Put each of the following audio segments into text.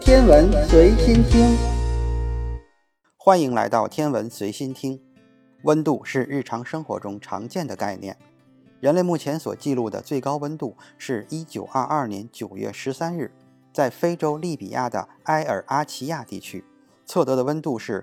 天文随心听， 欢迎来到天文随心听。温度是日常生活中常见的概念。人类目前所记录的最高温度是1922年9月13日，在非洲利比亚的埃尔阿齐亚地区测得的温度是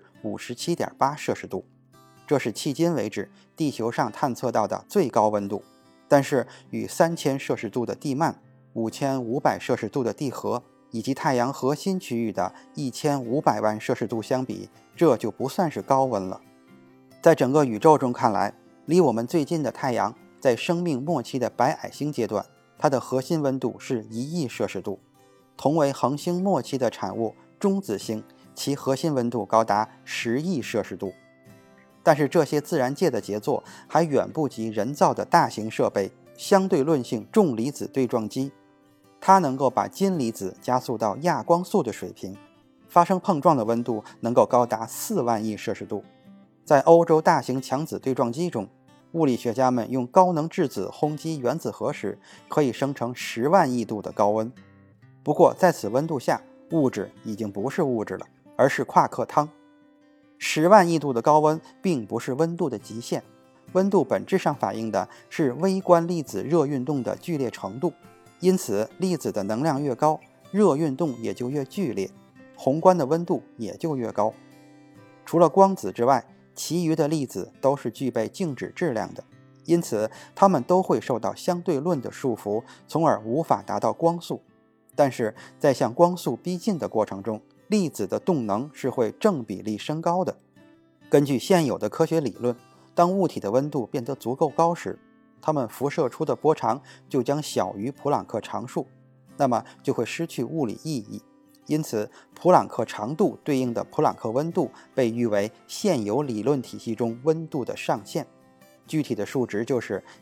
57.8 摄氏度。这是迄今为止地球上探测到的最高温度，但是与3000摄氏度的地幔、5500摄氏度的地核以及太阳核心区域的1500万摄氏度相比，这就不算是高温了。在整个宇宙中看来，离我们最近的太阳在生命末期的白矮星阶段，它的核心温度是1亿摄氏度。同为恒星末期的产物中子星，其核心温度高达10亿摄氏度。但是这些自然界的杰作还远不及人造的大型设备相对论性重离子对撞机，它能够把金离子加速到亚光速的水平，发生碰撞的温度能够高达4万亿摄氏度。在欧洲大型强子对撞机中，物理学家们用高能质子轰击原子核时，可以生成10万亿度的高温。不过在此温度下，物质已经不是物质了，而是夸克汤。10万亿度的高温并不是温度的极限，温度本质上反映的是微观粒子热运动的剧烈程度，因此粒子的能量越高，热运动也就越剧烈，宏观的温度也就越高。除了光子之外，其余的粒子都是具备静止质量的，因此它们都会受到相对论的束缚，从而无法达到光速。但是在向光速逼近的过程中，粒子的动能是会正比例升高的。根据现有的科学理论，当物体的温度变得足够高时，它们辐射出的波长就将小于普朗克常数，那么就会失去物理意义。因此普朗克长度对应的普朗克温度被誉为现有理论体系中温度的上限，具体的数值就是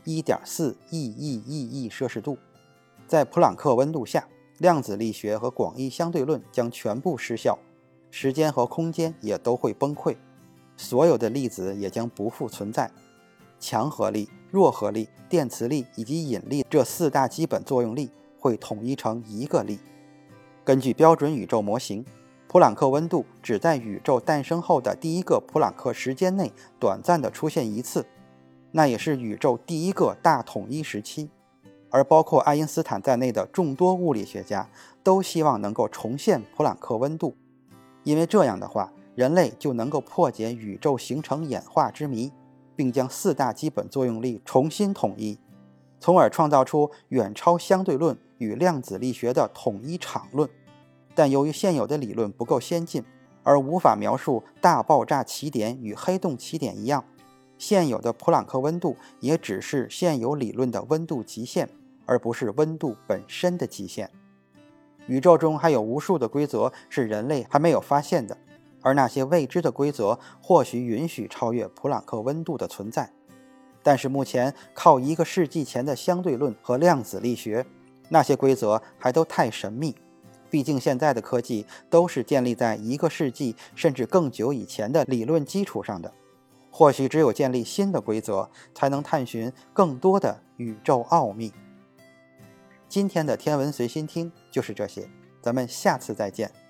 1.4 亿摄氏度。在普朗克温度下，量子力学和广义相对论将全部失效，时间和空间也都会崩溃，所有的粒子也将不复存在。强合力、弱合力、电磁力以及引力这4大基本作用力会统一成一个力。根据标准宇宙模型，普朗克温度只在宇宙诞生后的第一个普朗克时间内短暂地出现一次，那也是宇宙第一个大统一时期。而包括爱因斯坦在内的众多物理学家都希望能够重现普朗克温度，因为这样的话，人类就能够破解宇宙形成演化之谜，并将4大基本作用力重新统一，从而创造出远超相对论与量子力学的统一场论。但由于现有的理论不够先进，而无法描述大爆炸起点与黑洞起点一样，现有的普朗克温度也只是现有理论的温度极限，而不是温度本身的极限。宇宙中还有无数的规则是人类还没有发现的，而那些未知的规则或许允许超越普朗克温度的存在。但是目前靠1个世纪前的相对论和量子力学，那些规则还都太神秘。毕竟现在的科技都是建立在1个世纪甚至更久以前的理论基础上的，或许只有建立新的规则，才能探寻更多的宇宙奥秘。今天的天文随心听就是这些，咱们下次再见。